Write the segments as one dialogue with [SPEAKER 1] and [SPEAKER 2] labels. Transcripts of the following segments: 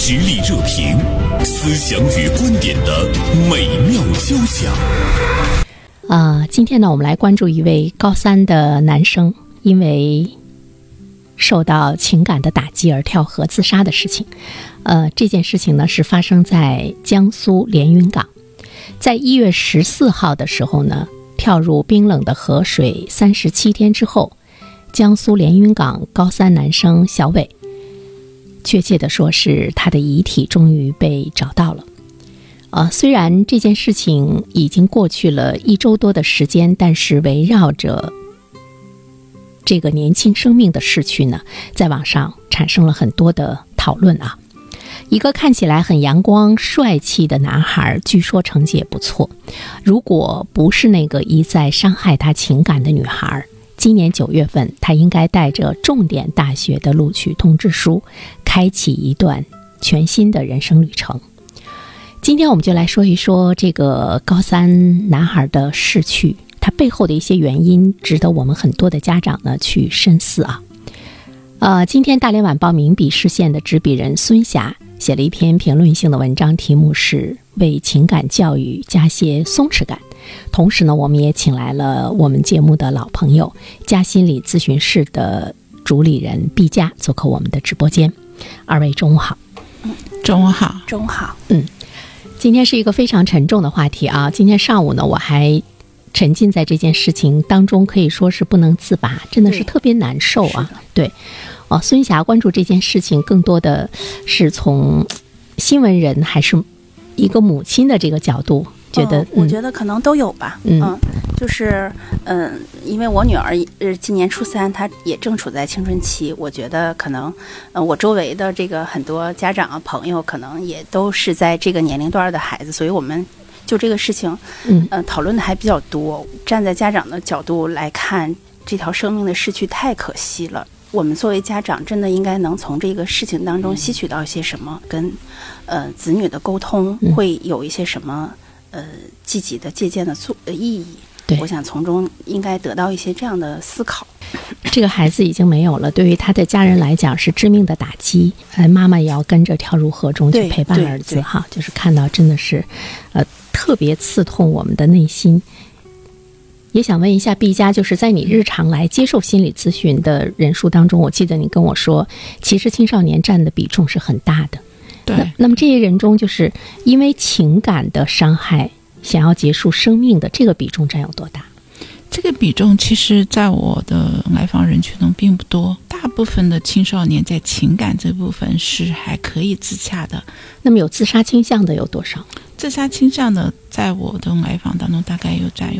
[SPEAKER 1] 实力热评，思想与观点的美妙交响。
[SPEAKER 2] 今天呢，我们来关注一位高三的男生因为受到情感的打击而跳河自杀的事情。这件事情呢是发生在江苏连云港，在1月14号的时候呢，跳入冰冷的河水37天之后，江苏连云港高三男生小伟，确切的说是他的遗体终于被找到了。虽然这件事情已经过去了1周多的时间，但是围绕着这个年轻生命的逝去呢，在网上产生了很多的讨论啊。一个看起来很阳光帅气的男孩，据说成绩也不错，如果不是那个一再伤害他情感的女孩，今年9月份他应该带着重点大学的录取通知书，开启一段全新的人生旅程。今天我们就来说一说这个高三男孩的逝去，他背后的一些原因值得我们很多的家长呢去深思啊。今天大连晚报名笔视线的执笔人孙霞写了一篇评论性的文章，题目是为情感教育加些松弛感。同时呢，我们也请来了我们节目的老朋友，嘉心理咨询室的主理人毕佳做客我们的直播间。二位中午好。
[SPEAKER 3] 中午好。
[SPEAKER 4] 中午好。
[SPEAKER 2] 今天是一个非常沉重的话题啊。今天上午呢，我还沉浸在这件事情当中，可以说是不能自拔，真的是特别难受啊。对，孙霞关注这件事情更多的是从新闻人还是一个母亲的这个角度觉得，
[SPEAKER 4] 我觉得可能都有吧。就是因为我女儿今年初3，她也正处在青春期，我觉得可能我周围的这个很多家长啊朋友可能也都是在这个年龄段的孩子，所以我们就这个事情讨论的还比较多。站在家长的角度来看，这条生命的逝去太可惜了，我们作为家长真的应该能从这个事情当中吸取到一些什么，跟子女的沟通会有一些什么积极的借鉴的意义。我想从中应该得到一些这样的思考。
[SPEAKER 2] 这个孩子已经没有了，对于他的家人来讲是致命的打击。妈妈也要跟着跳入河中去陪伴儿子哈，就是看到真的是特别刺痛我们的内心。也想问一下毕佳，就是在你日常来接受心理咨询的人数当中，我记得你跟我说，其实青少年占的比重是很大的。
[SPEAKER 3] 对。
[SPEAKER 2] 那么这些人中，就是因为情感的伤害想要结束生命的这个比重占有多大？
[SPEAKER 3] 这个比重其实在我的来访人群中并不多，大部分的青少年在情感这部分是还可以自洽的。
[SPEAKER 2] 那么有自杀倾向的有多少？
[SPEAKER 3] 自杀倾向的在我的来访当中大概占有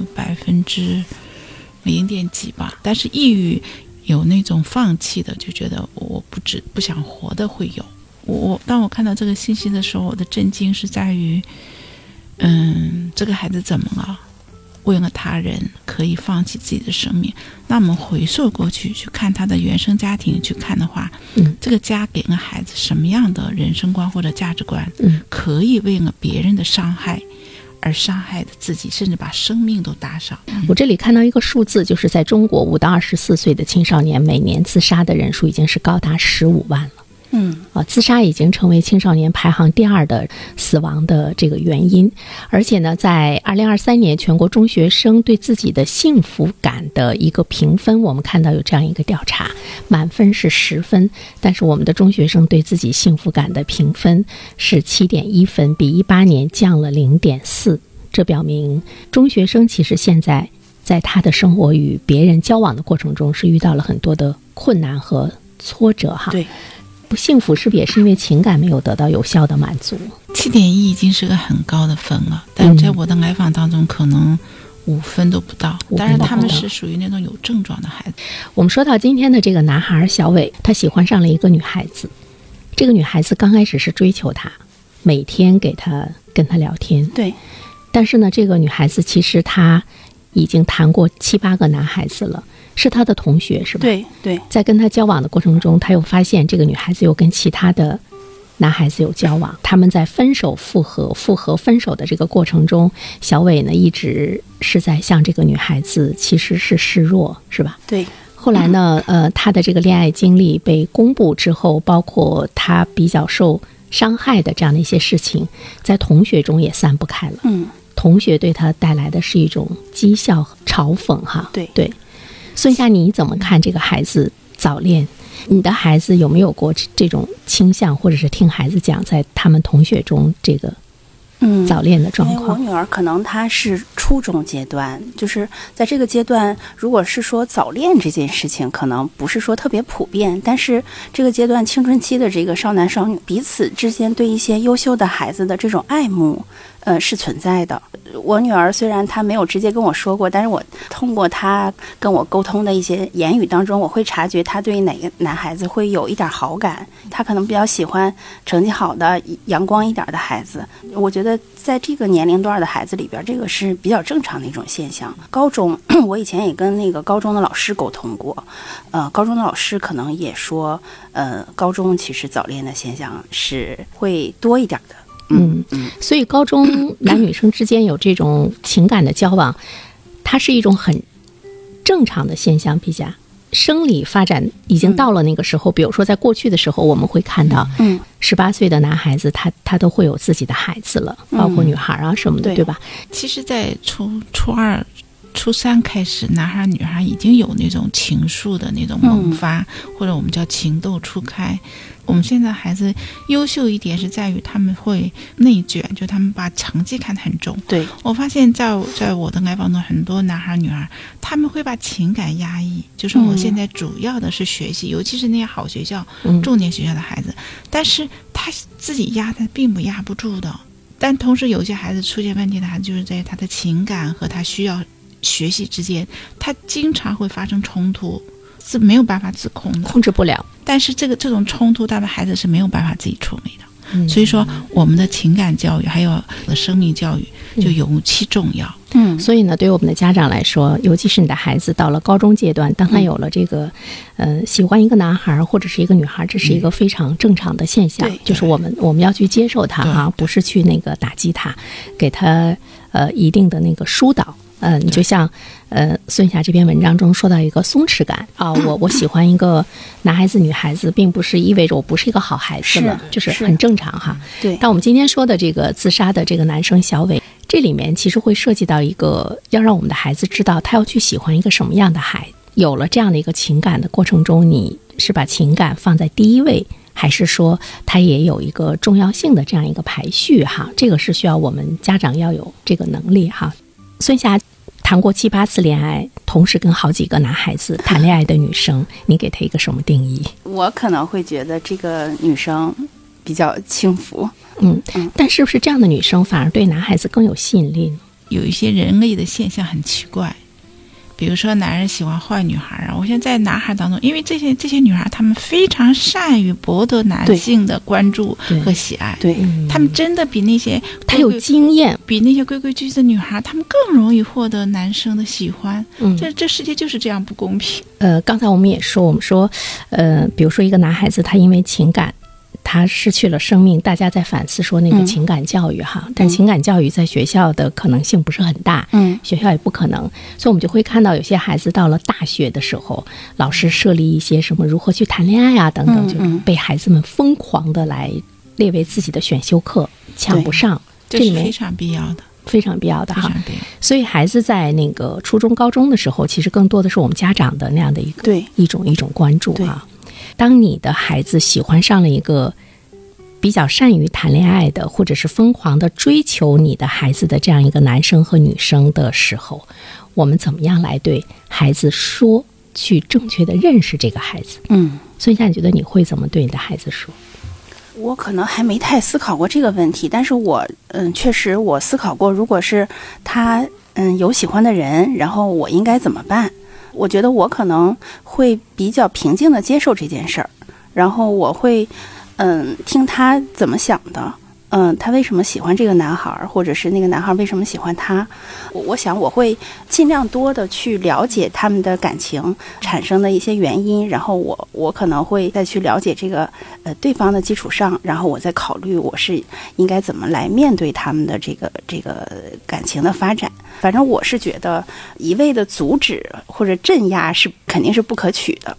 [SPEAKER 3] 0.几吧，但是抑郁有那种放弃的，就觉得我不想活的会有。当我看到这个信息的时候，我的震惊是在于这个孩子怎么了？为了他人可以放弃自己的生命。那我们回溯过去看他的原生家庭去看的话，这个家给了孩子什么样的人生观或者价值观，可以为了别人的伤害而伤害的自己，甚至把生命都搭上。
[SPEAKER 2] 我这里看到一个数字，就是在中国5到24岁的青少年每年自杀的人数已经是高达15万了。自杀已经成为青少年排行第2的死亡的这个原因。而且呢，在2023年全国中学生对自己的幸福感的一个评分，我们看到有这样一个调查，满分是10分，但是我们的中学生对自己幸福感的评分是7.1分，比18年降了0.4。这表明中学生其实现在在他的生活与别人交往的过程中是遇到了很多的困难和挫折哈。
[SPEAKER 4] 对。
[SPEAKER 2] 不幸福是不是也是因为情感没有得到有效的满足
[SPEAKER 3] ？7.1已经是个很高的分了，但在我的来访当中可能5分都不到。当然他们是属于那种有症状的孩子。
[SPEAKER 2] 我们说到今天的这个男孩小伟，他喜欢上了一个女孩子，这个女孩子刚开始是追求他，每天跟他聊天。
[SPEAKER 4] 对。
[SPEAKER 2] 但是呢，这个女孩子其实她已经谈过7、8个男孩子了，是他的同学是吧？
[SPEAKER 4] 对。
[SPEAKER 2] 在跟他交往的过程中，他又发现这个女孩子又跟其他的男孩子有交往，他们在分手复合分手的这个过程中，小伟呢一直是在向这个女孩子其实是示弱，是吧？
[SPEAKER 4] 对。
[SPEAKER 2] 后来呢他的这个恋爱经历被公布之后，包括他比较受伤害的这样的一些事情，在同学中也散不开了。同学对他带来的是一种讥笑、嘲讽哈。对。孙霞，你怎么看这个孩子早恋？你的孩子有没有过这种倾向，或者是听孩子讲在他们同学中这个早恋的状况？
[SPEAKER 4] 因为我女儿可能她是初中阶段，就是在这个阶段，如果是说早恋这件事情，可能不是说特别普遍，但是这个阶段青春期的这个少男少女彼此之间对一些优秀的孩子的这种爱慕，是存在的。我女儿虽然她没有直接跟我说过，但是我通过她跟我沟通的一些言语当中，我会察觉她对哪个男孩子会有一点好感，她可能比较喜欢成绩好的、阳光一点的孩子。我觉得在这个年龄段的孩子里边，这个是比较正常的一种现象。高中，我以前也跟那个高中的老师沟通过，高中的老师可能也说，高中其实早恋的现象是会多一点的。
[SPEAKER 2] 所以高中男女生之间有这种情感的交往，它是一种很正常的现象，比较生理发展已经到了那个时候。比如说在过去的时候，我们会看到18岁的男孩子他都会有自己的孩子了，包括女孩啊什么的，对吧？
[SPEAKER 3] 其实在初二初三开始，男孩女孩已经有那种情愫的那种萌发，或者我们叫情窦初开。我们现在孩子优秀一点是在于他们会内卷，就他们把成绩看得很重。
[SPEAKER 4] 对，
[SPEAKER 3] 我发现在我的来访中，很多男孩女孩他们会把情感压抑，就是我现在主要的是学习，尤其是那些好学校、重点学校的孩子，但是他自己压他并不压不住的。但同时有些孩子出现问题的孩子，就是在他的情感和他需要学习之间，他经常会发生冲突，是没有办法自控的，
[SPEAKER 2] 控制不了。
[SPEAKER 3] 但是这种冲突，他的孩子是没有办法自己处理的。所以说，我们的情感教育还有生命教育就尤其重要。
[SPEAKER 2] 所以呢，对于我们的家长来说，尤其是你的孩子到了高中阶段，当他有了这个喜欢一个男孩或者是一个女孩，这是一个非常正常的现象，就是我们要去接受他啊，不是去那个打击他，给他一定的那个疏导。你就像孙霞这篇文章中说到一个松弛感啊，我喜欢一个男孩子女孩子，并不是意味着我不是一个好孩子了，就是很正常哈。
[SPEAKER 4] 对。
[SPEAKER 2] 但我们今天说的这个自杀的这个男生小伟，这里面其实会涉及到一个要让我们的孩子知道他要去喜欢一个什么样的孩子。有了这样的一个情感的过程中，你是把情感放在第一位，还是说它也有一个重要性的这样一个排序哈？这个是需要我们家长要有这个能力哈。孙霞谈过7、8次恋爱，同时跟好几个男孩子谈恋爱的女生，你给她一个什么定义？
[SPEAKER 4] 我可能会觉得这个女生比较轻浮。
[SPEAKER 2] 但是不是这样的女生反而对男孩子更有吸引力呢？
[SPEAKER 3] 有一些人类的现象很奇怪，比如说男人喜欢坏女孩啊，我现在在男孩当中，因为这些女孩她们非常善于博得男性的关注和喜爱，
[SPEAKER 4] 对，
[SPEAKER 3] 她们真的比那些
[SPEAKER 2] 她有经验，
[SPEAKER 3] 比那些规规矩矩的女孩，她们更容易获得男生的喜欢。这世界就是这样不公平。
[SPEAKER 2] 刚才我们也说，我们说，比如说一个男孩子他因为情感他失去了生命，大家在反思说那个情感教育哈，但情感教育在学校的可能性不是很大，学校也不可能，所以我们就会看到有些孩子到了大学的时候，老师设立一些什么如何去谈恋爱啊等等，就被孩子们疯狂的来列为自己的选修课，抢不上，
[SPEAKER 3] 这是非常必要的。
[SPEAKER 2] 非常必要的哈，所以孩子在那个初中、高中的时候，其实更多的是我们家长的那样的一种关注啊。当你的孩子喜欢上了一个比较善于谈恋爱的，或者是疯狂的追求你的孩子的这样一个男生和女生的时候，我们怎么样来对孩子说，去正确的认识这个孩子？所以现在你觉得你会怎么对你的孩子说？
[SPEAKER 4] 我可能还没太思考过这个问题，但是我确实我思考过，如果是他有喜欢的人，然后我应该怎么办？我觉得我可能会比较平静的接受这件事儿，然后我会听他怎么想的，他为什么喜欢这个男孩，或者是那个男孩为什么喜欢他。我想我会尽量多的去了解他们的感情产生的一些原因，然后我可能会再去了解这个对方的基础上，然后我再考虑我是应该怎么来面对他们的这个感情的发展。反正我是觉得一味的阻止或者镇压肯定是不可取的。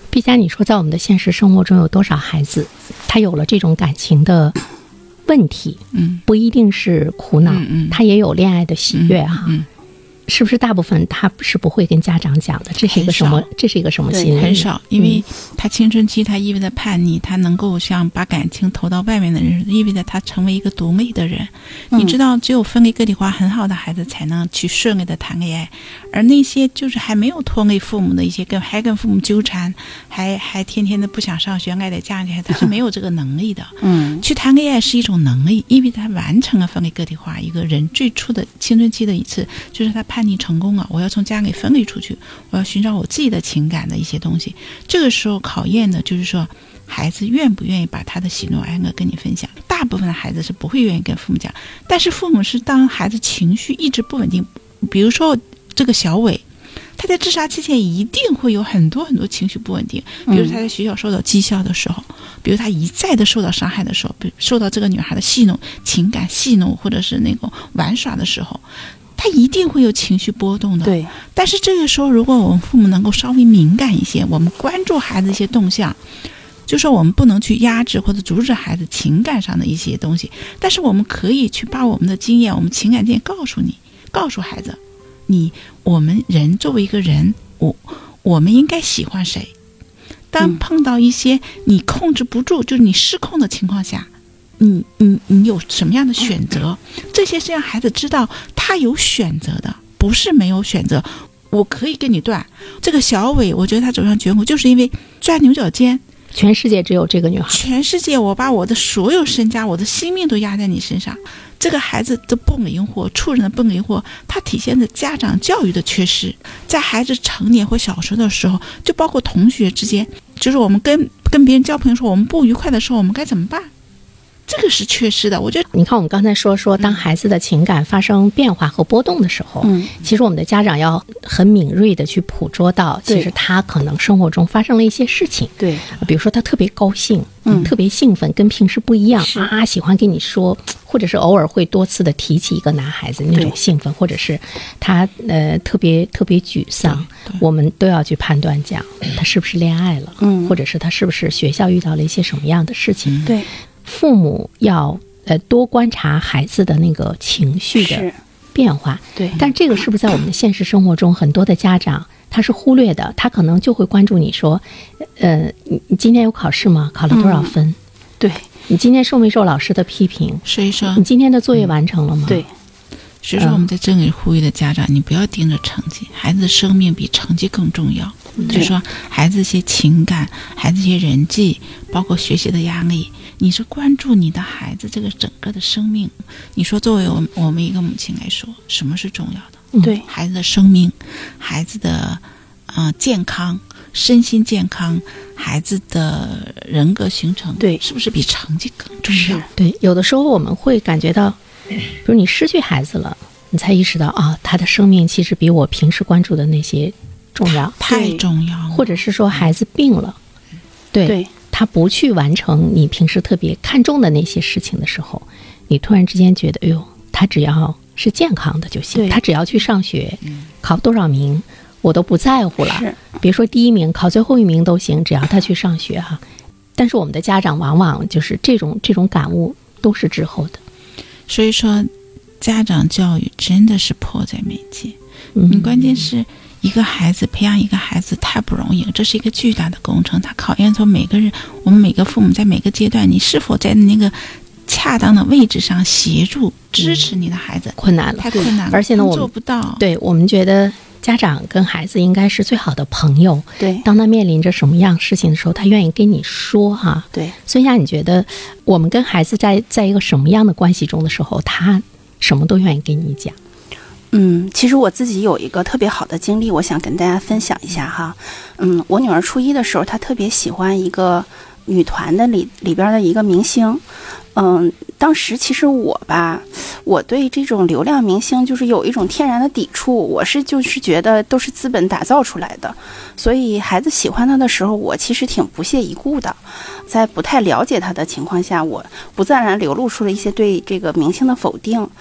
[SPEAKER 2] 毕加，你说在我们的现实生活中有多少孩子，他有了这种感情的问题，不一定是苦恼，他也有恋爱的喜悦哈。是不是大部分他是不会跟家长讲的？这是一个什么？这是一个什么心理？
[SPEAKER 3] 很少，因为他青春期，他意味着叛逆，他能够像把感情投到外面的人，意味着他成为一个独立的人。你知道，只有分离个体化很好的孩子才能去顺利的谈恋爱，而那些就是还没有脱离父母的一些还跟父母纠缠，还天天的不想上学，爱在家里，他是没有这个能力的。去谈恋爱是一种能力，因为他完成了分离个体化。一个人最初的青春期的一次，就是他叛逆成功了，我要从家里分离出去，我要寻找我自己的情感的一些东西。这个时候考验的就是说，孩子愿不愿意把他的喜怒哀乐跟你分享。大部分的孩子是不会愿意跟父母讲，但是父母是当孩子情绪一直不稳定，比如说这个小伟，他在自杀期间一定会有很多很多情绪不稳定，比如他在学校受到讥笑的时候，比如他一再的受到伤害的时候，比如受到这个女孩的戏弄、情感戏弄或者是那种玩耍的时候，他一定会有情绪波动的。
[SPEAKER 4] 对。
[SPEAKER 3] 但是这个时候，如果我们父母能够稍微敏感一些，我们关注孩子一些动向，就说我们不能去压制或者阻止孩子情感上的一些东西，但是我们可以去把我们的经验、我们情感经验告诉孩子，我们人作为一个人，我们应该喜欢谁？当碰到一些你控制不住，就是你失控的情况下，你有什么样的选择？这些是让孩子知道他有选择的，不是没有选择。我可以跟你断。这个小伟，我觉得他走上绝路，就是因为钻牛角尖。
[SPEAKER 2] 全世界只有这个女孩，
[SPEAKER 3] 全世界我把我的所有身家、我的性命都压在你身上。这个孩子的不灵活，处人的不灵活，它体现着家长教育的缺失。在孩子成年或小时候的时候，就包括同学之间，就是我们跟别人交朋友说我们不愉快的时候，我们该怎么办？这个是缺失的。我觉得
[SPEAKER 2] 你看我们刚才说当孩子的情感发生变化和波动的时候，其实我们的家长要很敏锐的去捕捉到，其实他可能生活中发生了一些事情。
[SPEAKER 4] 对，
[SPEAKER 2] 比如说他特别高兴，特别兴奋，跟平时不一样啊，喜欢跟你说，或者是偶尔会多次的提起一个男孩子那种兴奋，或者是他特别沮丧，我们都要去判断讲他是不是恋爱了，或者是他是不是学校遇到了一些什么样的事情。
[SPEAKER 4] 对。
[SPEAKER 2] 父母要多观察孩子的那个情绪的变化，
[SPEAKER 4] 对。
[SPEAKER 2] 但这个是不是在我们的现实生活中，很多的家长他是忽略的？他可能就会关注你说，你今天有考试吗？考了多少分？
[SPEAKER 4] 对。
[SPEAKER 2] 你今天受没受老师的批评？
[SPEAKER 3] 所以说，
[SPEAKER 2] 你今天的作业完成了吗？
[SPEAKER 4] 对。
[SPEAKER 3] 所以说，我们在这里呼吁的家长，你不要盯着成绩，孩子的生命比成绩更重要。就是说，孩子一些情感，孩子一些人际，包括学习的压力，你是关注你的孩子这个整个的生命。你说，作为我们一个母亲来说，什么是重要的？
[SPEAKER 2] 对，
[SPEAKER 3] 孩子的生命，孩子的健康，身心健康，孩子的人格形成，
[SPEAKER 4] 对，
[SPEAKER 3] 是不是比成绩更重要？
[SPEAKER 2] 对，有的时候我们会感觉到，比如你失去孩子了，你才意识到啊，他的生命其实比我平时关注的那些重要，
[SPEAKER 3] 太重要了。
[SPEAKER 2] 或者是说孩子病了，对，他不去完成你平时特别看重的那些事情的时候，你突然之间觉得，哎呦，他只要是健康的就行，他只要去上学，考多少名我都不在乎了，别说第一名，考最后一名都行，只要他去上学哈。但是我们的家长往往就是这种感悟都是滞后的。
[SPEAKER 3] 所以说家长教育真的是迫在眉睫。你关键是一个孩子，培养一个孩子太不容易了，这是一个巨大的工程，它考验出每个人，我们每个父母在每个阶段，你是否在那个恰当的位置上协助支持你的孩子。
[SPEAKER 2] 困难了，
[SPEAKER 3] 太困难了，
[SPEAKER 2] 而且呢我们
[SPEAKER 3] 做不到。
[SPEAKER 2] 对，我们觉得家长跟孩子应该是最好的朋友。
[SPEAKER 4] 对，
[SPEAKER 2] 当他面临着什么样事情的时候，他愿意跟你说哈。
[SPEAKER 4] 对，
[SPEAKER 2] 孙夏，你觉得我们跟孩子在一个什么样的关系中的时候，他什么都愿意跟你讲？
[SPEAKER 4] 其实我自己有一个特别好的经历，我想跟大家分享一下哈。我女儿初一的时候，她特别喜欢一个女团的里边的一个明星。当时其实我对这种流量明星就是有一种天然的抵触，我就是觉得都是资本打造出来的，所以孩子喜欢他的时候，我其实挺不屑一顾的。在不太了解他的情况下，我不自然流露出了一些对这个明星的否定。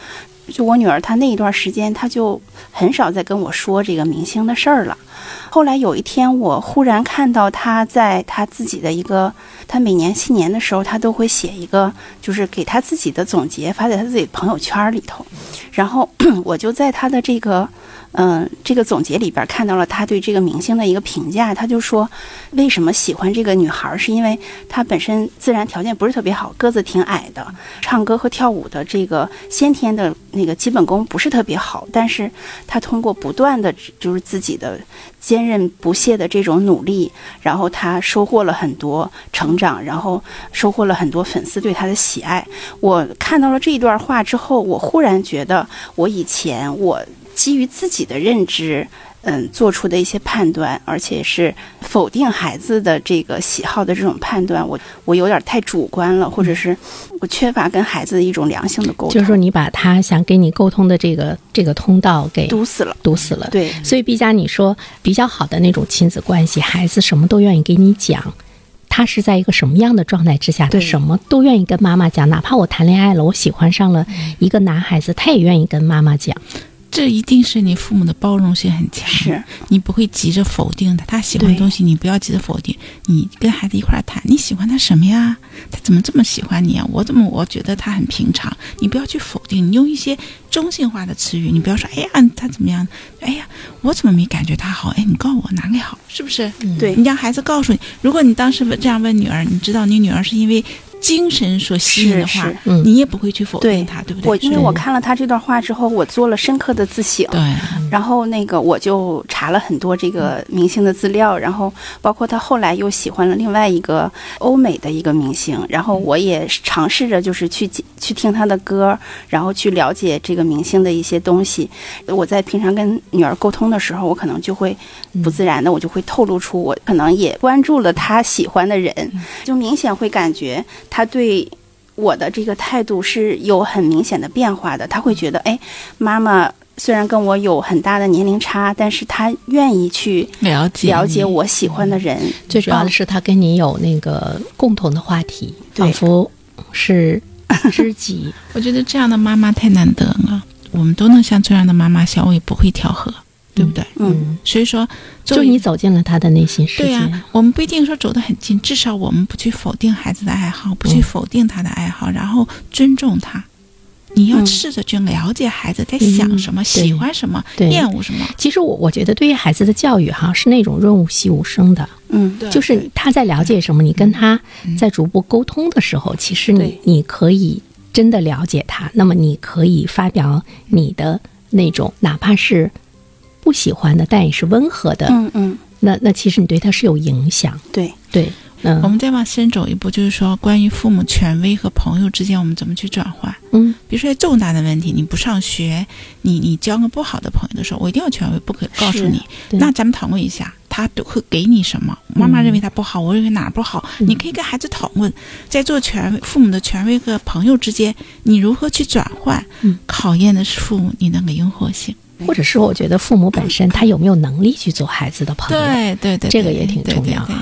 [SPEAKER 4] 就我女儿她那一段时间，她就很少再跟我说这个明星的事儿了。后来有一天，我忽然看到她在她自己的一个，她每年新年的时候，她都会写一个，就是给她自己的总结，发在她自己的朋友圈里头。然后我就在她的这个总结里边看到了她对这个明星的一个评价。她就说，为什么喜欢这个女孩，是因为她本身自然条件不是特别好，个子挺矮的，唱歌和跳舞的这个先天的那个基本功不是特别好，但是她通过不断的就是自己的坚韧不懈的这种努力，然后她收获了很多成长，然后收获了很多粉丝对她的喜爱。我看到了这一段话之后，我忽然觉得我以前我基于自己的认知做出的一些判断，而且是否定孩子的这个喜好的这种判断，我有点太主观了，或者是我缺乏跟孩子的一种良性的沟通。
[SPEAKER 2] 就是说你把他想跟你沟通的这个通道给
[SPEAKER 4] 堵死了。对，
[SPEAKER 2] 所以毕加你说比较好的那种亲子关系，孩子什么都愿意给你讲，他是在一个什么样的状态之下，他什么都愿意跟妈妈讲，哪怕我谈恋爱了，我喜欢上了一个男孩子，他也愿意跟妈妈讲。
[SPEAKER 3] 这一定是你父母的包容性很强，
[SPEAKER 4] 是
[SPEAKER 3] 你不会急着否定他喜欢的东西，你不要急着否定，你跟孩子一块儿谈，你喜欢他什么呀？他怎么这么喜欢你啊？我觉得他很平常，你不要去否定，你用一些中性化的词语，你不要说哎呀他怎么样，哎呀我怎么没感觉他好，哎你告诉我哪里好，是不是？
[SPEAKER 4] 对，
[SPEAKER 3] 你让孩子告诉你，如果你当时这样问女儿，你知道你女儿是因为精神所吸引的话，你也不会去否定他，对不对？
[SPEAKER 4] 因为我看了他这段话之后，我做了深刻的自省。
[SPEAKER 3] 对，
[SPEAKER 4] 然后我就查了很多这个明星的资料，然后包括他后来又喜欢了另外一个欧美的一个明星，然后我也尝试着就是去听他的歌，然后去了解这个明星的一些东西。我在平常跟女儿沟通的时候，我可能就会不自然的，我就会透露出我可能也关注了他喜欢的人，就明显会感觉他对我的这个态度是有很明显的变化的。他会觉得，哎，妈妈虽然跟我有很大的年龄差，但是他愿意去了解我喜欢的人。
[SPEAKER 2] 最主要的是他跟你有那个共同的话题，仿佛是知己。
[SPEAKER 3] 我觉得这样的妈妈太难得了，我们都能像这样的妈妈，小伟不会调和，对不对？所以说
[SPEAKER 2] 就你走进了他的内心世界。
[SPEAKER 3] 对呀，我们不一定说走得很近，至少我们不去否定孩子的爱好，不去否定他的爱好，然后尊重他。你要试着去了解孩子在想什么，喜欢什么，厌恶什么。
[SPEAKER 2] 其实我觉得对于孩子的教育是那种润物细无声的。就是他在了解什么，你跟他在逐步沟通的时候，其实你可以真的了解他，那么你可以发表你的那种哪怕是不喜欢的但也是温和的，那其实你对他是有影响。对，
[SPEAKER 3] 我们再往深走一步，就是说关于父母权威和朋友之间我们怎么去转换。比如说重大的问题，你不上学，你交个不好的朋友的时候，我一定要权威，不可以告诉你。那咱们讨论一下他会给你什么，妈妈认为他不好，我认为哪儿不好，你可以跟孩子讨论。在做父母的权威和朋友之间，你如何去转换，考验的是父母你那个灵活性，
[SPEAKER 2] 或者是我觉得父母本身他有没有能力去做孩子的朋友。
[SPEAKER 3] 对，
[SPEAKER 2] 这个也挺重要的。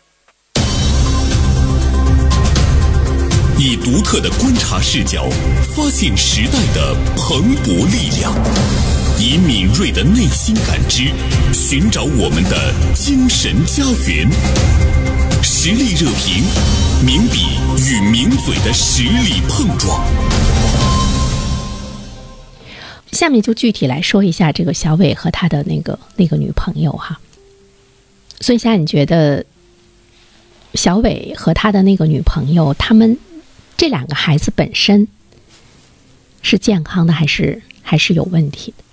[SPEAKER 1] 以独特的观察视角发现时代的蓬勃力量，以敏锐的内心感知寻找我们的精神家园。实力热评，名笔与名嘴的实力碰撞。
[SPEAKER 2] 下面就具体来说一下这个小伟和他的那个女朋友哈。孙霞，你觉得小伟和他的那个女朋友，他们这两个孩子本身是健康的还是有问题的？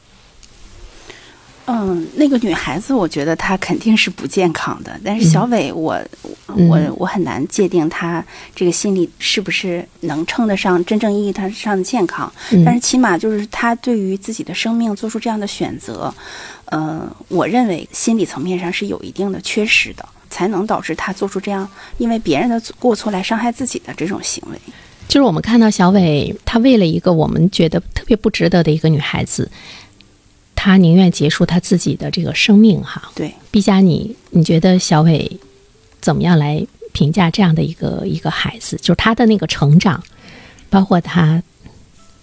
[SPEAKER 4] 那个女孩子我觉得她肯定是不健康的，但是小伟我很难界定她这个心理是不是能称得上真正意义上的健康，但是起码就是她对于自己的生命做出这样的选择，我认为心理层面上是有一定的缺失的，才能导致她做出这样因为别人的过错来伤害自己的这种行为。
[SPEAKER 2] 就是我们看到小伟他为了一个我们觉得特别不值得的一个女孩子，他宁愿结束他自己的这个生命哈。
[SPEAKER 4] 对，毕
[SPEAKER 2] 佳你觉得小伟怎么样来评价这样的一个孩子？就是他的那个成长，包括他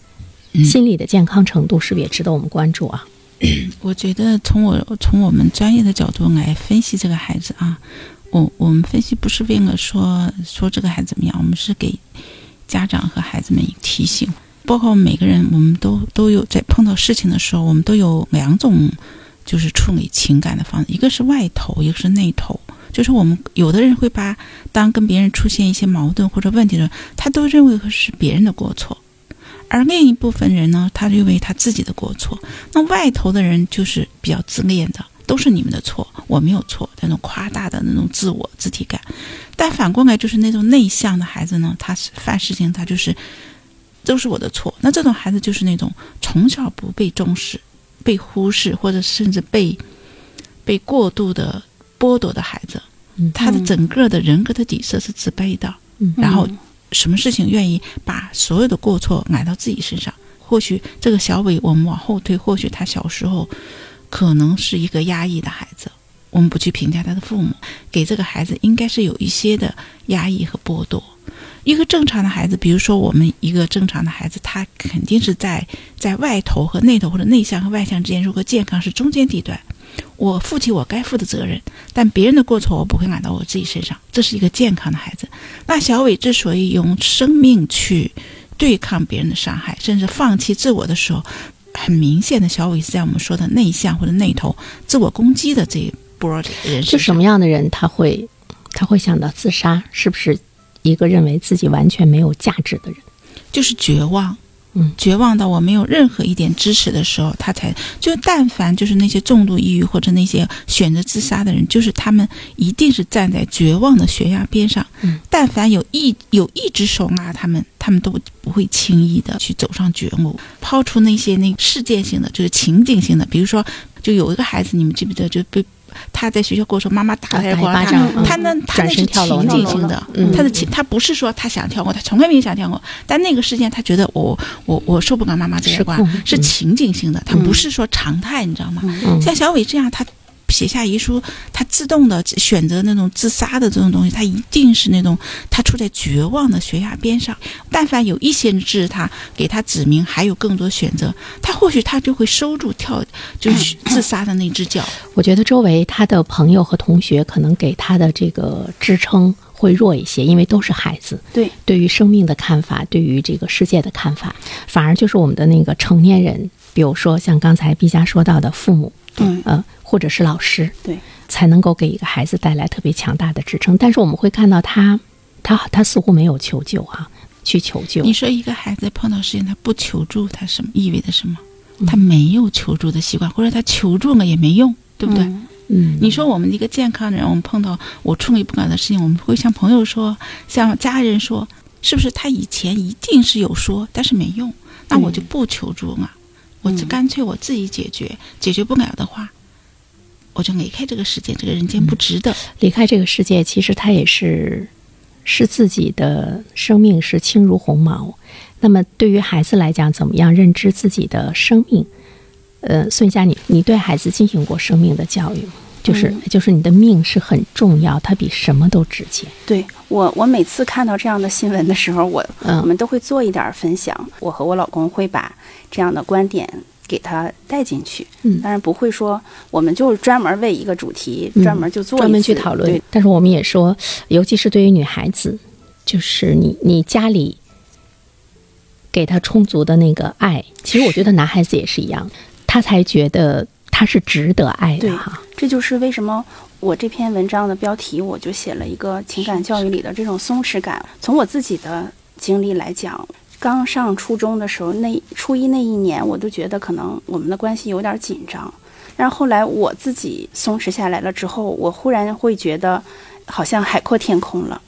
[SPEAKER 2] 心理的健康程度是不是也值得我们关注啊？
[SPEAKER 3] 我觉得从我们专业的角度来分析这个孩子啊，我们分析不是为了说这个孩子怎么样，我们是给家长和孩子们提醒，包括每个人，我们都有在碰到事情的时候，我们都有2种就是处理情感的方式，一个是外投，一个是内投。就是我们有的人会把当跟别人出现一些矛盾或者问题的时候，他都认为是别人的过错，而另一部分人呢，他认为他自己的过错。那外投的人就是比较自恋的，都是你们的错，我没有错，那种夸大的那种自体感。但反过来就是那种内向的孩子呢，他犯事情他就是都是我的错。那这种孩子就是那种从小不被重视、被忽视，或者甚至被过度的剥夺的孩子，他的整个的人格的底色是自卑的，然后什么事情愿意把所有的过错揽到自己身上。或许这个小伟我们往后推，或许他小时候可能是一个压抑的孩子，我们不去评价他的父母，给这个孩子应该是有一些的压抑和剥夺。一个正常的孩子，比如说我们一个正常的孩子，他肯定是在外头和内头，或者内向和外向之间，如果健康是中间地段，我负起我该负的责任，但别人的过错我不会揽到我自己身上，这是一个健康的孩子。那小伟之所以用生命去对抗别人的伤害，甚至放弃自我的时候，很明显的小伟是在我们说的内向或者内头自我攻击的这一波人身上。
[SPEAKER 2] 就什么样的人他会想到自杀？是不是一个认为自己完全没有价值的人？
[SPEAKER 3] 就是绝望，绝望到我没有任何一点支持的时候，他才就但凡就是那些重度抑郁或者那些选择自杀的人，就是他们一定是站在绝望的悬崖边上，但凡有一只手拉他们都不会轻易的去走上绝路。抛除那些事件性的，就是情景性的，比如说就有一个孩子，你们记不记得就被他在学校跟我说妈妈打他一巴掌，他那是情景性的，他不是说他想跳过，他从来没想跳过，但那个事件他觉得我受不了妈妈这一关，是情景性的，他不是说常态，你知道吗？像小伟这样，他写下遗书，他自动的选择那种自杀的这种东西，他一定是那种他处在绝望的悬崖边上。但凡有一些人支持他，给他指明还有更多选择，他或许他就会收住就是自杀的那只脚。
[SPEAKER 2] 我觉得周围他的朋友和同学可能给他的这个支撑会弱一些，因为都是孩子，对于生命的看法，对于这个世界的看法，反而就是我们的那个成年人，比如说像刚才毕加说到的父母，或者是老师，才能够给一个孩子带来特别强大的支撑。但是我们会看到他似乎没有求救去求救。
[SPEAKER 3] 你说一个孩子碰到事情他不求助，他什么意味着什么？他没有求助的习惯，或者他求助了也没用，对不对？你说我们一个健康人，我们碰到我处理不了的事情，我们会向朋友说，向家人说，是不是他以前一定是有说，但是没用，那我就不求助了，我就干脆我自己解决不了的话，我就离开这个世界，这个人间不值得。
[SPEAKER 2] 离开这个世界，其实他也是自己的生命是轻如鸿毛。那么对于孩子来讲，怎么样认知自己的生命？孙佳，你对孩子进行过生命的教育吗？就是你的命是很重要，它比什么都值钱。
[SPEAKER 4] 对，我每次看到这样的新闻的时候，我们都会做一点分享。我和我老公会把这样的观点给他带进去，当然不会说我们就专门为一个主题专门就做
[SPEAKER 2] 专门去讨论。但是我们也说，尤其是对于女孩子，就是你家里给她充足的那个爱，其实我觉得男孩子也是一样，他才觉得他是值得爱的哈。
[SPEAKER 4] 这就是为什么我这篇文章的标题我就写了一个情感教育里的这种松弛感。从我自己的经历来讲，刚上初中的时候，初一那一年，我都觉得可能我们的关系有点紧张。然后后来我自己松弛下来了之后，我忽然会觉得好像海阔天空了。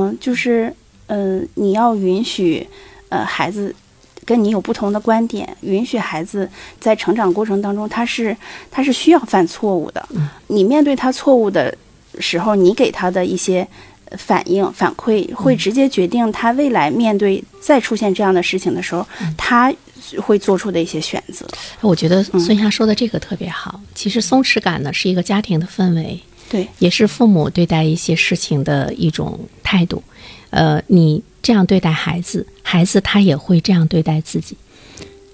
[SPEAKER 4] 你要允许孩子跟你有不同的观点，允许孩子在成长过程当中他是需要犯错误的。你面对他错误的时候，你给他的一些反馈会直接决定他未来面对再出现这样的事情的时候，他会做出的一些选择。
[SPEAKER 2] 我觉得孙霞说的这个特别好。其实松弛感呢是一个家庭的氛围，
[SPEAKER 4] 对，
[SPEAKER 2] 也是父母对待一些事情的一种态度。你这样对待孩子，孩子他也会这样对待自己。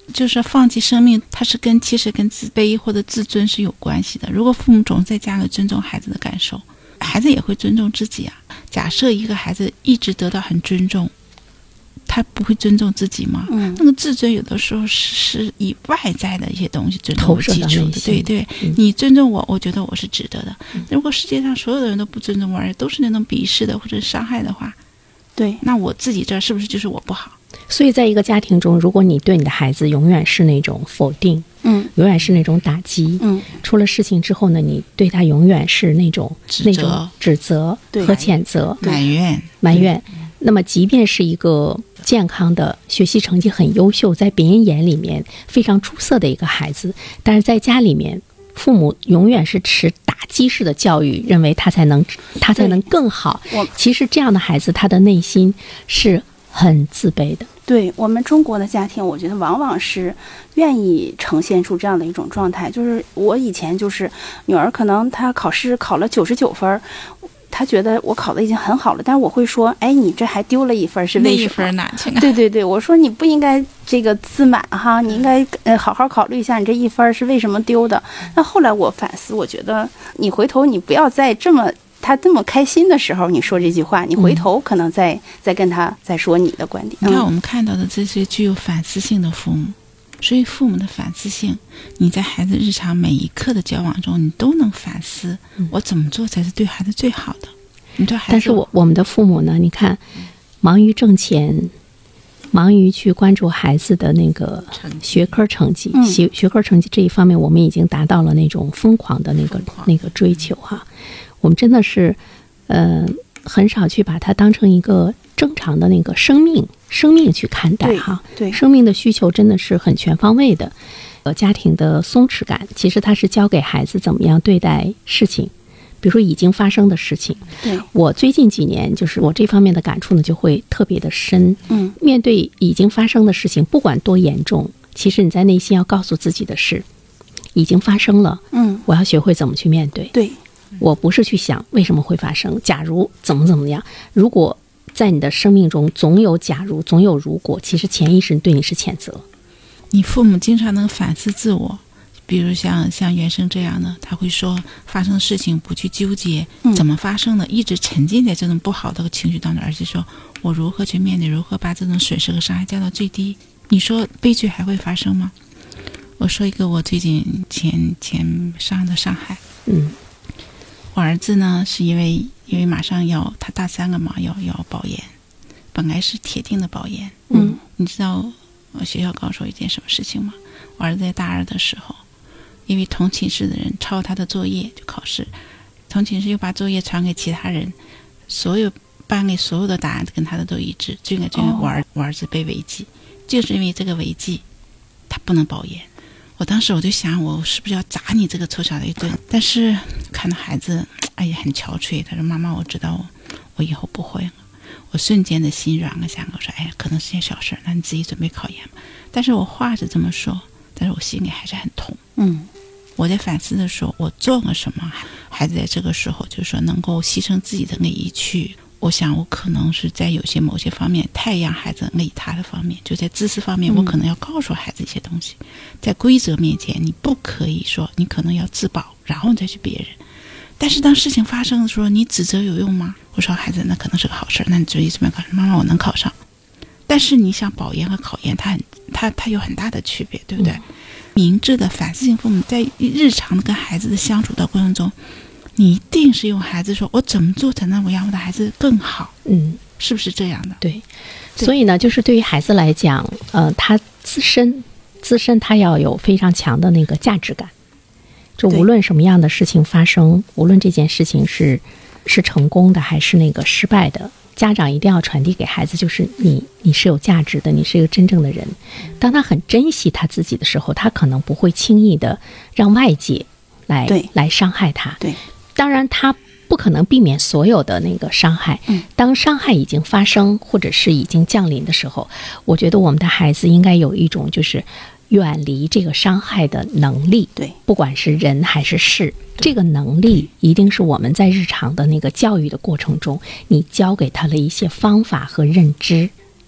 [SPEAKER 3] 就是放弃生命，它是其实跟自卑或者自尊是有关系的。如果父母总在家里尊重孩子的感受，孩子也会尊重自己啊。假设一个孩子一直得到很尊重，他不会尊重自己吗？那个自尊有的时候是以外在的一些东西尊重为基础的。对对，你尊重我，我觉得我是值得的。如果世界上所有的人都不尊重我，而且都是那种鄙视的或者伤害的话，对，那我自己这是不是就是我不好？
[SPEAKER 2] 所以在一个家庭中，如果你对你的孩子永远是那种否定，永远是那种打击，出了事情之后呢，你对他永远是那种指责和谴责、埋怨。那么即便是一个健康的学习成绩很优秀，在别人眼里面非常出色的一个孩子，但是在家里面父母永远是持打击式的教育，认为他才能更好。其实这样的孩子他的内心是很自卑的。
[SPEAKER 4] 对，我们中国的家庭，我觉得往往是愿意呈现出这样的一种状态。就是我以前就是女儿，可能她考试考了99分，她觉得我考的已经很好了，但是我会说，哎，你这还丢了1分，是为什么？
[SPEAKER 3] 那1分哪去了？
[SPEAKER 4] 对对对，我说你不应该这个自满哈，你应该好好考虑一下，你这1分是为什么丢的。那后来我反思，我觉得你回头你不要再他这么开心的时候你说这句话，你回头可能再跟他再说你的观点。
[SPEAKER 3] 你看我们看到的这些具有反思性的父母，所以父母的反思性，你在孩子日常每一刻的交往中，你都能反思，我怎么做才是对孩子最好的。你对孩子，
[SPEAKER 2] 但是我们的父母呢，你看，忙于挣钱，忙于去关注孩子的那个学科成绩，学科成绩这一方面，我们已经达到了那种疯狂的那个追求哈。我们真的是，很少去把它当成一个正常的那个生命去看待哈。
[SPEAKER 4] 对，
[SPEAKER 2] 生命的需求真的是很全方位的。家庭的松弛感，其实它是教给孩子怎么样对待事情，比如说已经发生的事情。
[SPEAKER 4] 对，
[SPEAKER 2] 我最近几年就是我这方面的感触呢，就会特别的深。面对已经发生的事情，不管多严重，其实你在内心要告诉自己的是，已经发生了。我要学会怎么去面对。
[SPEAKER 4] 对。
[SPEAKER 2] 我不是去想为什么会发生，假如怎么样。如果在你的生命中总有假如，总有如果，其实潜意识对你是谴责。
[SPEAKER 3] 你父母经常能反思自我，比如像原生这样的，他会说发生的事情不去纠结怎么发生的，一直沉浸在这种不好的情绪当中，而是说我如何去面对，如何把这种损失和伤害降到最低。你说悲剧还会发生吗？我说一个我最近前上的上海。我儿子呢，是因为马上要他大3了嘛，要保研，本来是铁定的保研。你知道我学校告诉我一件什么事情吗？我儿子在大2的时候，因为同寝室的人抄他的作业就考试，同寝室又把作业传给其他人，班里所有的答案跟他的都一致，最后我儿子被违纪，就是因为这个违纪，他不能保研。我当时我就想，我是不是要砸你这个臭小子一顿？但是看到孩子，哎呀，很憔悴。他说：“妈妈，我知道我以后不会了。”我瞬间的心软了，想我说：“哎呀，可能是件小事，那你自己准备考研吧。”但是我话是这么说，但是我心里还是很痛。我在反思的时候，我做了什么？孩子在这个时候就是说能够牺牲自己的利益去。我想我可能是在某些方面太让孩子利他的方面，就在知识方面我可能要告诉孩子一些东西。在规则面前你不可以说，你可能要自保然后再去别人。但是当事情发生的时候，你指责有用吗？我说孩子，那可能是个好事，那你就一直没考上，妈妈我能考上。但是你想保研和考研它有很大的区别，对不对？明智的反思性父母在日常的跟孩子的相处的过程中，你一定是用孩子说，我怎么做才能让我的孩子更好？是不是这样的？
[SPEAKER 2] 对，所以呢，就是对于孩子来讲，他自身他要有非常强的那个价值感。就无论什么样的事情发生，无论这件事情是成功的还是那个失败的，家长一定要传递给孩子，就是你是有价值的，你是一个真正的人。当他很珍惜他自己的时候，他可能不会轻易的让外界来伤害他。
[SPEAKER 4] 对。
[SPEAKER 2] 当然他不可能避免所有的那个伤害。当伤害已经发生或者是已经降临的时候，我觉得我们的孩子应该有一种就是远离这个伤害的能力。
[SPEAKER 4] 对，
[SPEAKER 2] 不管是人还是事，这个能力一定是我们在日常的那个教育的过程中，你教给他了一些方法和认知，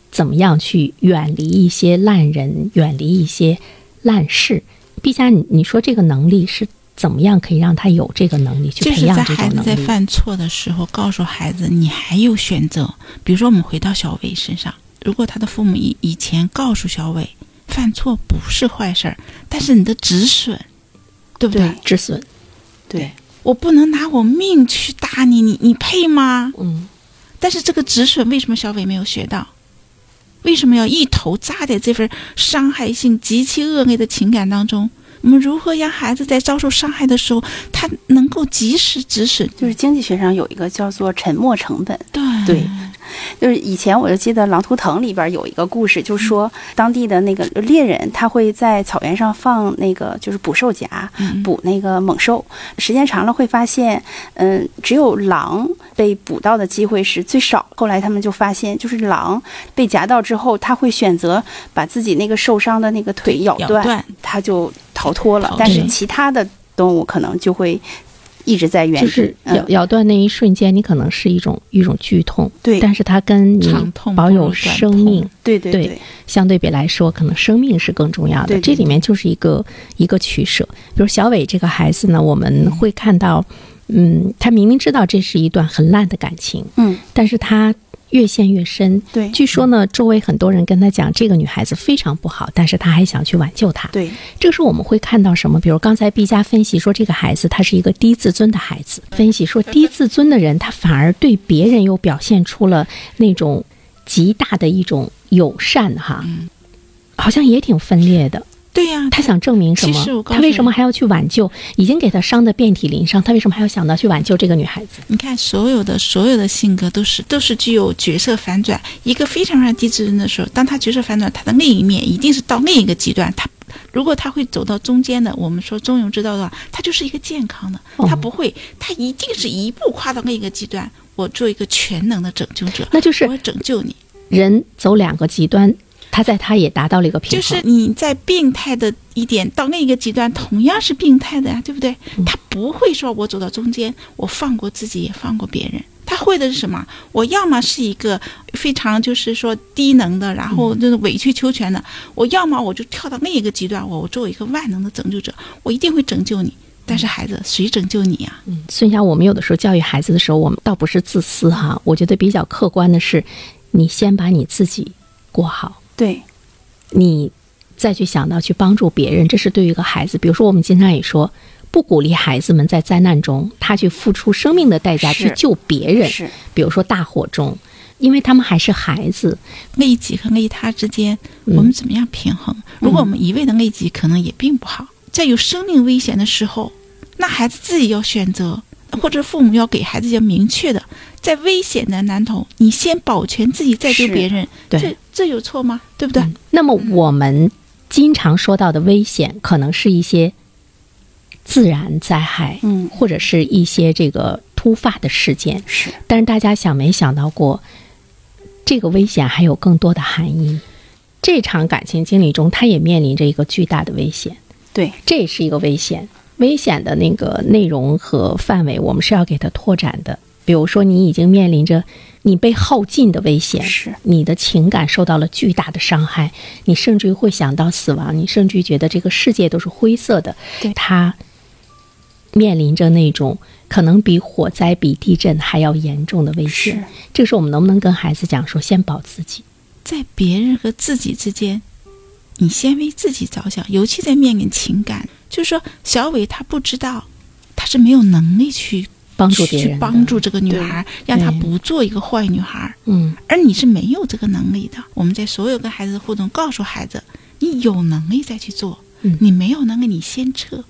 [SPEAKER 2] 怎么样去远离一些烂人，远离一些烂事。陛下，你说这个能力是怎么样可以让他有这个能力去培养这种能力？
[SPEAKER 3] 就是在孩子在犯错的时候，告诉孩子你还有选择。比如说我们回到小伟身上，如果他的父母以前告诉小伟犯错不是坏事儿，但是你的止损，对不对？
[SPEAKER 2] 止损，
[SPEAKER 4] 对，
[SPEAKER 3] 我不能拿我命去打你，你配吗？但是这个止损为什么小伟没有学到？为什么要一头扎在这份伤害性极其恶劣的情感当中？我们如何让孩子在遭受伤害的时候，他能够及时止损？
[SPEAKER 4] 就是经济学上有一个叫做沉没成本。
[SPEAKER 3] 对，
[SPEAKER 4] 就是以前我就记得《狼图腾》里边有一个故事，就是说当地的那个猎人，他会在草原上放那个就是捕兽夹，捕那个猛兽。时间长了会发现，只有狼被捕到的机会是最少。后来他们就发现，就是狼被夹到之后，他会选择把自己那个受伤的那个腿咬断，他就逃脱了。但是其他的动物可能就会一直在原地，
[SPEAKER 2] 就是咬断那一瞬间，你可能是一种剧痛，
[SPEAKER 4] 对，
[SPEAKER 2] 但是它跟你保有生命，
[SPEAKER 4] 对，
[SPEAKER 2] 相对比来说，可能生命是更重要的。
[SPEAKER 4] 对，
[SPEAKER 2] 这里面就是一个取舍。比如小伟这个孩子呢，我们会看到，他明明知道这是一段很烂的感情，但是他越陷越深。
[SPEAKER 4] 对，
[SPEAKER 2] 据说呢，周围很多人跟他讲这个女孩子非常不好，但是他还想去挽救她。
[SPEAKER 4] 对，
[SPEAKER 2] 这个时候我们会看到什么？比如刚才毕加分析说，这个孩子他是一个低自尊的孩子。分析说，低自尊的人他反而对别人又表现出了那种极大的一种友善哈，好像也挺分裂的。
[SPEAKER 3] 对呀，
[SPEAKER 2] 他想证明什么？他为什么还要去挽救已经给他伤得遍体鳞伤？他为什么还要想到去挽救这个女孩子？
[SPEAKER 3] 你看，所有的性格都是具有角色反转。一个非常非常低自尊的时候，当他角色反转，他的另一面一定是到另一个极端。如果他会走到中间的，我们说中庸之道的话，他就是一个健康的。他不会，他一定是一步跨到另一个极端。我做一个全能的拯救者，
[SPEAKER 2] 那就是
[SPEAKER 3] 我拯救你。
[SPEAKER 2] 人走两个极端。他也达到了一个平衡，
[SPEAKER 3] 就是你在病态的一点到那一个极端，同样是病态的呀，对不对？他不会说我走到中间，我放过自己也放过别人。他会的是什么？我要么是一个非常就是说低能的，然后就是委曲求全的；我要么我就跳到另一个极端，我作为一个万能的拯救者，我一定会拯救你。但是孩子，谁拯救你呀？
[SPEAKER 2] 孙霞，我们有的时候教育孩子的时候，我们倒不是自私哈，我觉得比较客观的是，你先把你自己过好。
[SPEAKER 4] 对，
[SPEAKER 2] 你再去想到去帮助别人，这是对于一个孩子。比如说我们经常也说，不鼓励孩子们在灾难中他去付出生命的代价去救别人，比如说大火中，因为他们还是孩子。
[SPEAKER 3] 利己和利他之间我们怎么样平衡？如果我们一味的利己可能也并不好。在有生命危险的时候，那孩子自己要选择，或者父母要给孩子一些明确的，在危险的难头，你先保全自己再救别人，这有错吗？对不对？
[SPEAKER 2] 那么我们经常说到的危险，可能是一些自然灾害，或者是一些这个突发的事件。
[SPEAKER 4] 是，
[SPEAKER 2] 但是大家没想到过，这个危险还有更多的含义。这场感情经历中，他也面临着一个巨大的危险。
[SPEAKER 4] 对，
[SPEAKER 2] 这也是一个危险。危险的那个内容和范围，我们是要给它拓展的。比如说，你已经面临着你被耗尽的危险，
[SPEAKER 4] 是
[SPEAKER 2] 你的情感受到了巨大的伤害，你甚至于会想到死亡，你甚至于觉得这个世界都是灰色的。他面临着那种可能比火灾、比地震还要严重的危险。这个时候，我们能不能跟孩子讲说，先保自己，
[SPEAKER 3] 在别人和自己之间，你先为自己着想，尤其在面临情感。就是说，小伟他不知道，他是没有能力去
[SPEAKER 2] 帮助别人，
[SPEAKER 3] 去帮助这个女孩，让她不做一个坏女孩。而你是没有这个能力的。我们在所有跟孩子的互动，告诉孩子，你有能力再去做，你没有能力，你先撤。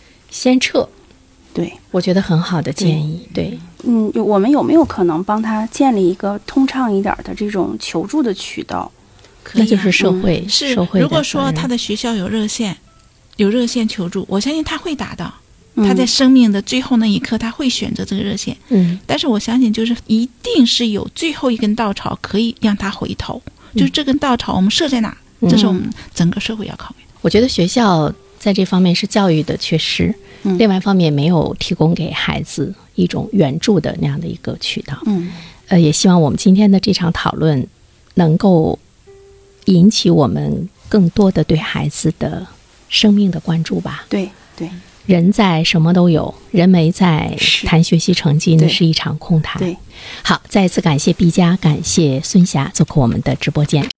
[SPEAKER 2] 对，我觉得很好的建议。对，
[SPEAKER 4] 我们有没有可能帮他建立一个通畅一点的这种求助的渠道？
[SPEAKER 2] 那就是社会，社会。
[SPEAKER 3] 如果说他的学校有热线求助，我相信他会打到。他在生命的最后那一刻，他会选择这个热线。但是我相信，就是一定是有最后一根稻草可以让他回头。就是这根稻草我们设在哪，这是我们整个社会要考虑的。
[SPEAKER 2] 我觉得学校在这方面是教育的缺失，另外一方面没有提供给孩子一种援助的那样的一个渠道。也希望我们今天的这场讨论能够引起我们更多的对孩子的生命的关注吧。
[SPEAKER 4] 对对，
[SPEAKER 2] 人在什么都有，人没在谈学习成绩，那是一场空谈。
[SPEAKER 4] 对，
[SPEAKER 2] 好，再一次感谢毕加，感谢孙霞做客我们的直播间。